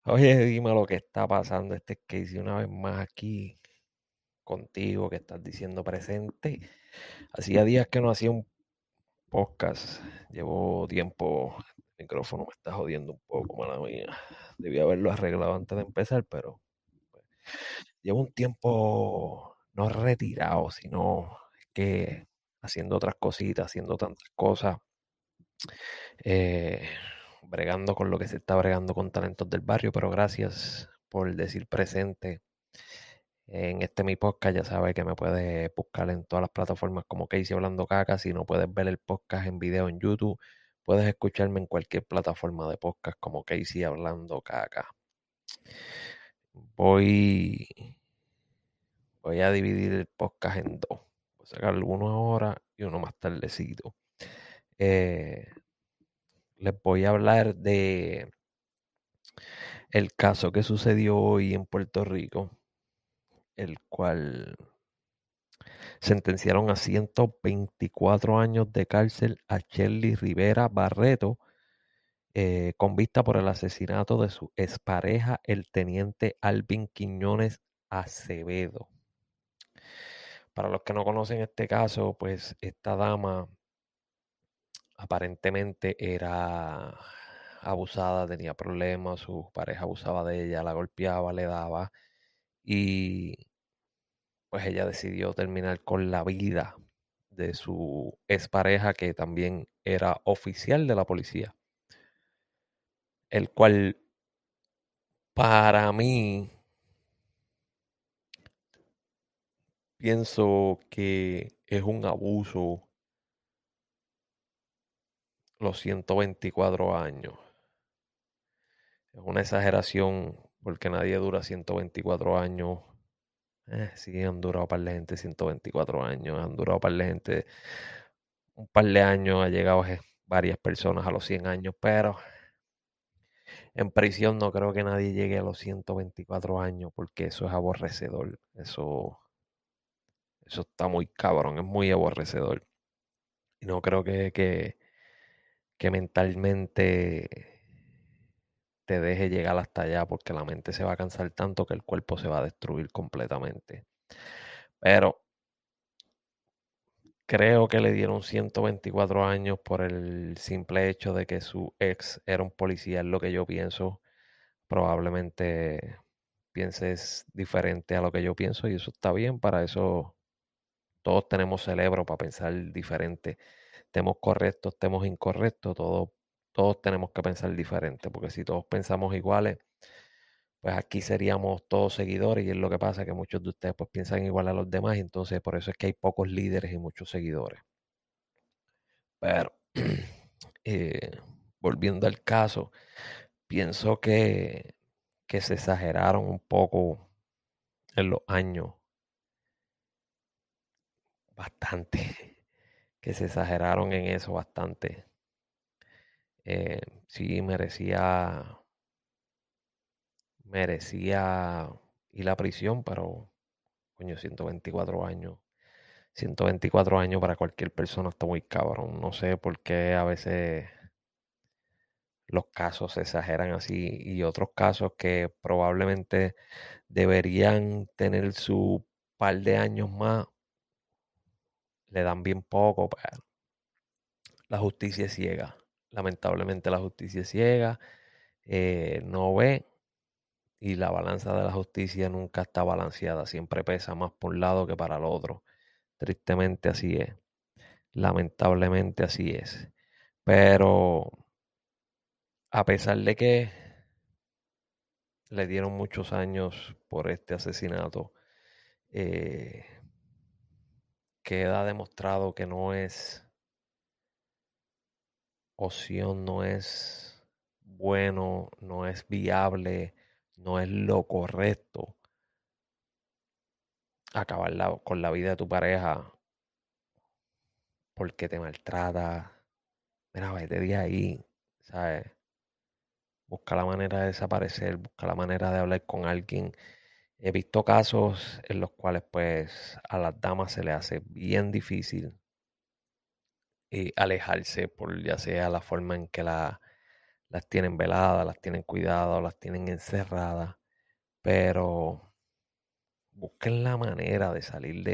Oye, dime lo que está pasando. Este es Casey una vez más aquí contigo, que estás diciendo presente. Hacía días que no hacía un podcast. Llevo tiempo, el micrófono me está jodiendo un poco, mala mía. Debí haberlo arreglado antes de empezar, pero pues, llevo un tiempo no retirado, sino que haciendo otras cositas, haciendo tantas cosas, eh, bregando con lo que se está bregando con talentos del barrio, pero gracias por decir presente. En este mi podcast ya sabes que me puedes buscar en todas las plataformas como Casey Hablando Caca. Si no puedes ver el podcast en video en YouTube, puedes escucharme en cualquier plataforma de podcast como Casey Hablando Caca. Voy, voy a dividir el podcast en dos. Voy a sacar uno ahora y uno más tardecito. Eh, Les voy a hablar de el caso que sucedió hoy en Puerto Rico, el cual sentenciaron a 124 años de cárcel a Shelly Rivera Barreto, con vista por el asesinato de su expareja, el teniente Alvin Quiñones Acevedo. Para los que no conocen este caso, pues esta dama aparentemente era abusada, tenía problemas, su pareja abusaba de ella, la golpeaba, le daba, y pues ella decidió terminar con la vida de su expareja, que también era oficial de la policía, el cual para mí pienso que es un abuso los 124 años. Es una exageración porque nadie dura 124 años. Sí, han durado par de gente 124 años, han durado par de gente un par de años, ha llegado varias personas a los 100 años, pero en prisión no creo que nadie llegue a los 124 años porque eso es aborrecedor. Eso está muy cabrón, es muy aborrecedor. Y no creo que mentalmente te deje llegar hasta allá porque la mente se va a cansar tanto que el cuerpo se va a destruir completamente. Pero creo que le dieron 124 años por el simple hecho de que su ex era un policía, es lo que yo pienso. Probablemente pienses diferente a lo que yo pienso y eso está bien. Para eso todos tenemos cerebro para pensar diferente. Estemos correctos, estemos incorrectos, todos tenemos que pensar diferente, porque si todos pensamos iguales, pues aquí seríamos todos seguidores y es lo que pasa, que muchos de ustedes pues piensan igual a los demás y entonces por eso es que hay pocos líderes y muchos seguidores. Pero eh, volviendo al caso, pienso que se exageraron un poco en los años, bastante, que se exageraron en eso bastante. Sí, merecía ir a prisión, pero coño, 124 años. 124 años para cualquier persona está muy cabrón. No sé por qué a veces los casos se exageran así y otros casos que probablemente deberían tener su par de años más, le dan bien poco. Pero la justicia es ciega. Lamentablemente la justicia es ciega, no ve y la balanza de la justicia nunca está balanceada. Siempre pesa más por un lado que para el otro. Tristemente así es. Lamentablemente así es. Pero a pesar de que le dieron muchos años por este asesinato, eh, queda demostrado que no es opción, no es bueno, no es viable, no es lo correcto acabar con la vida de tu pareja porque te maltrata. Mira, vete de ahí, ¿sabes? Busca la manera de desaparecer, busca la manera de hablar con alguien. He visto casos en los cuales pues a las damas se les hace bien difícil alejarse por ya sea la forma en que la las tienen veladas, las tienen cuidadas, las tienen encerradas, pero busquen la manera de salir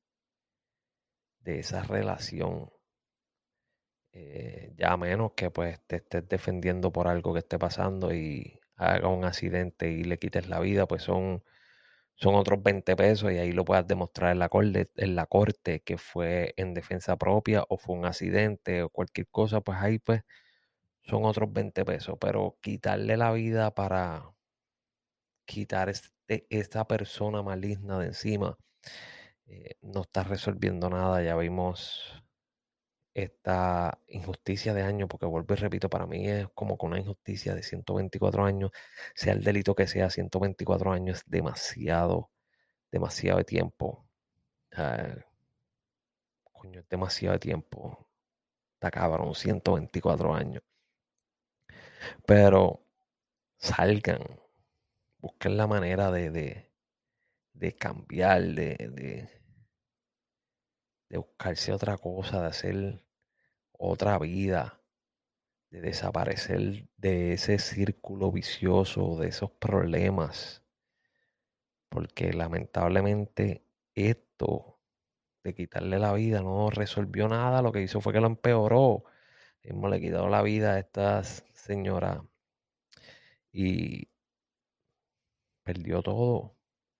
de esa relación. Ya a menos que pues te estés defendiendo por algo que esté pasando y haga un accidente y le quites la vida, pues son otros 20 pesos y ahí lo puedas demostrar en la corte que fue en defensa propia o fue un accidente o cualquier cosa, pues ahí pues son otros 20 pesos, pero quitarle la vida para quitar esta persona maligna de encima no está resolviendo nada. Ya vimos esta injusticia de años, porque vuelvo y repito, para mí es como que una injusticia de 124 años, sea el delito que sea, 124 años es demasiado, demasiado de tiempo. Coño, es demasiado de tiempo. Está cabrón, 124 años. Pero salgan, busquen la manera de cambiar, de buscarse otra cosa, de hacer otra vida, de desaparecer de ese círculo vicioso, de esos problemas. Porque lamentablemente esto de quitarle la vida no resolvió nada, lo que hizo fue que lo empeoró. Hemos le quitado la vida a esta señora y perdió todo.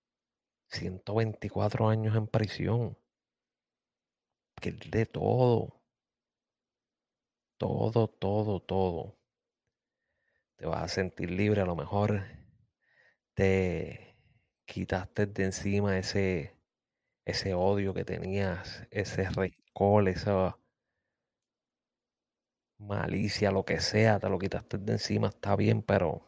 124 años en prisión. Pierde todo. Todo, todo, todo. Te vas a sentir libre. A lo mejor te quitaste de encima ese odio que tenías, ese rencor, esa malicia, lo que sea, te lo quitaste de encima, está bien, pero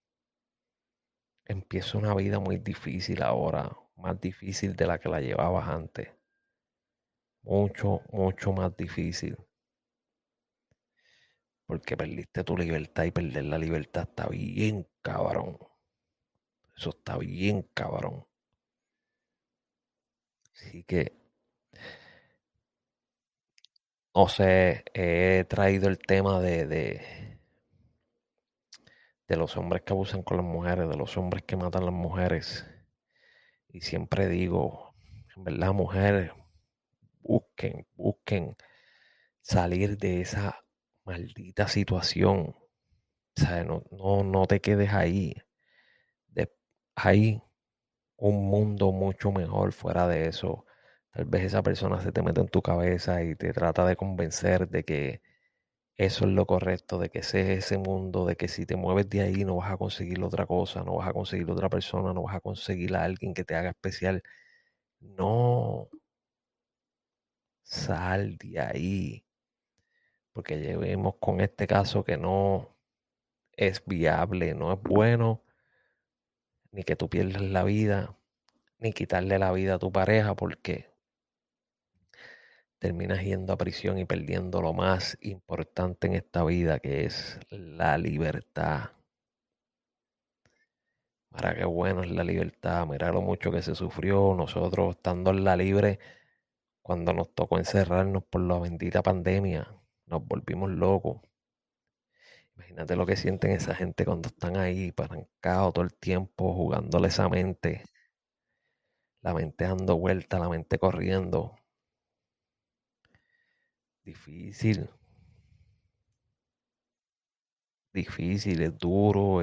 empieza una vida muy difícil ahora, más difícil de la que la llevabas antes. Mucho, mucho más difícil. Porque perdiste tu libertad y perder la libertad está bien, cabrón. Eso está bien, cabrón. Así que, no sé, he traído el tema de los hombres que abusan con las mujeres, de los hombres que matan a las mujeres. Y siempre digo, en verdad, mujeres, busquen salir de esa maldita situación. O sea, no te quedes ahí. Hay un mundo mucho mejor fuera de eso. Tal vez esa persona se te mete en tu cabeza y te trata de convencer de que eso es lo correcto, de que ese es ese mundo, de que si te mueves de ahí no vas a conseguir otra cosa, no vas a conseguir otra persona, no vas a conseguir a alguien que te haga especial. No, sal de ahí, porque llevemos con este caso que no es viable, no es bueno, ni que tú pierdas la vida, ni quitarle la vida a tu pareja, porque terminas yendo a prisión y perdiendo lo más importante en esta vida, que es la libertad. Mira qué bueno es la libertad, mira lo mucho que se sufrió nosotros estando en la libre cuando nos tocó encerrarnos por la bendita pandemia. Nos volvimos locos. Imagínate lo que sienten esa gente cuando están ahí parancados todo el tiempo, jugándole esa mente, la mente dando vuelta, la mente corriendo. Difícil, difícil, es duro,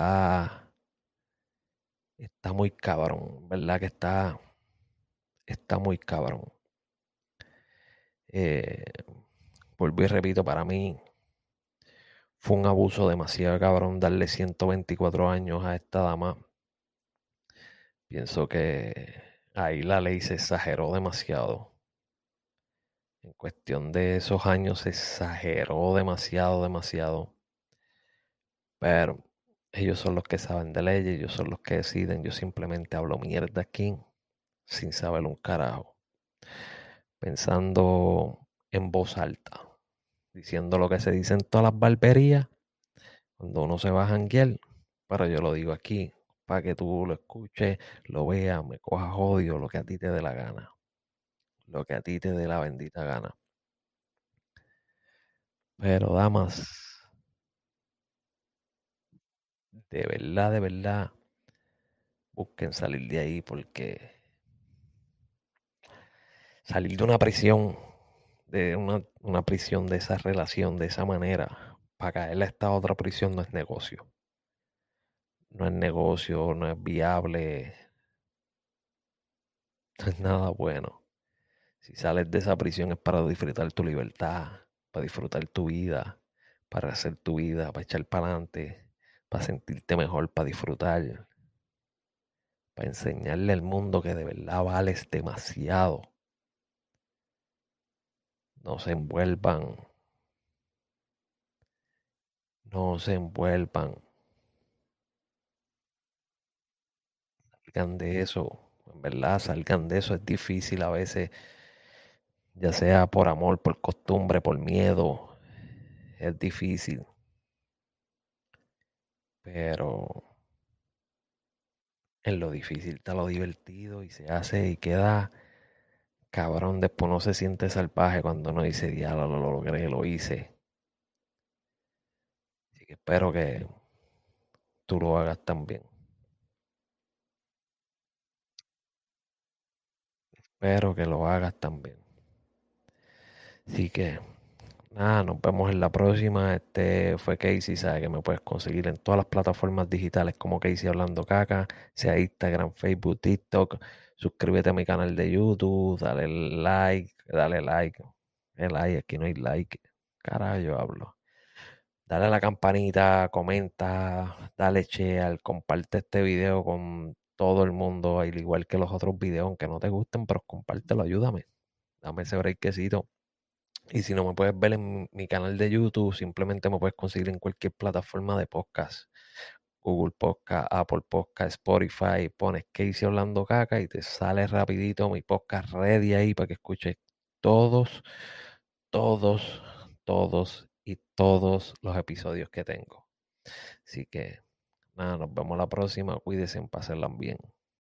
está muy cabrón, ¿verdad? Que está muy cabrón. Eh, Vuelvo y repito, para mí fue un abuso demasiado cabrón darle 124 años a esta dama. Pienso que ahí la ley se exageró demasiado. En cuestión de esos años se exageró demasiado, demasiado. Pero ellos son los que saben de leyes, ellos son los que deciden. Yo simplemente hablo mierda aquí sin saber un carajo. Pensando en voz alta, diciendo lo que se dice en todas las barberías cuando uno se va a janguear. Pero yo lo digo aquí para que tú lo escuches, lo veas, me cojas odio, lo que a ti te dé la gana. Lo que a ti te dé la bendita gana. Pero damas, de verdad, busquen salir de ahí porque salir de una prisión, de una prisión de esa relación, de esa manera, para caer a esta otra prisión no es negocio. No es negocio, no es viable, no es nada bueno. Si sales de esa prisión es para disfrutar tu libertad, para disfrutar tu vida, para hacer tu vida, para echar para adelante, para sentirte mejor, para disfrutar, para enseñarle al mundo que de verdad vales demasiado. No se envuelvan, no se envuelvan, salgan de eso. En verdad, salgan de eso. Es difícil a veces, ya sea por amor, por costumbre, por miedo. Es difícil, pero en lo difícil está lo divertido y se hace y queda cabrón. Después no se siente salvaje cuando uno dice, diablo, lo logré, lo hice. Así que espero que tú lo hagas también. Espero que lo hagas también. Así que nada, nos vemos en la próxima. Este fue Casey, sabe que me puedes conseguir en todas las plataformas digitales como Casey Hablando Caca, sea Instagram, Facebook, TikTok. Suscríbete a mi canal de YouTube, dale like, dale like. El like, aquí no hay like. Carajo, hablo. Dale a la campanita, comenta, dale share, comparte este video con todo el mundo, al igual que los otros videos, aunque no te gusten, pero compártelo, ayúdame. Dame ese breakcito. Y si no me puedes ver en mi canal de YouTube, simplemente me puedes conseguir en cualquier plataforma de podcast. Google Podcast, Apple Podcast, Spotify, pones Casey Hablando Caca y te sale rapidito mi podcast ready ahí para que escuches todos, todos, todos los episodios que tengo. Así que nada, nos vemos la próxima. Cuídense, pásenla bien.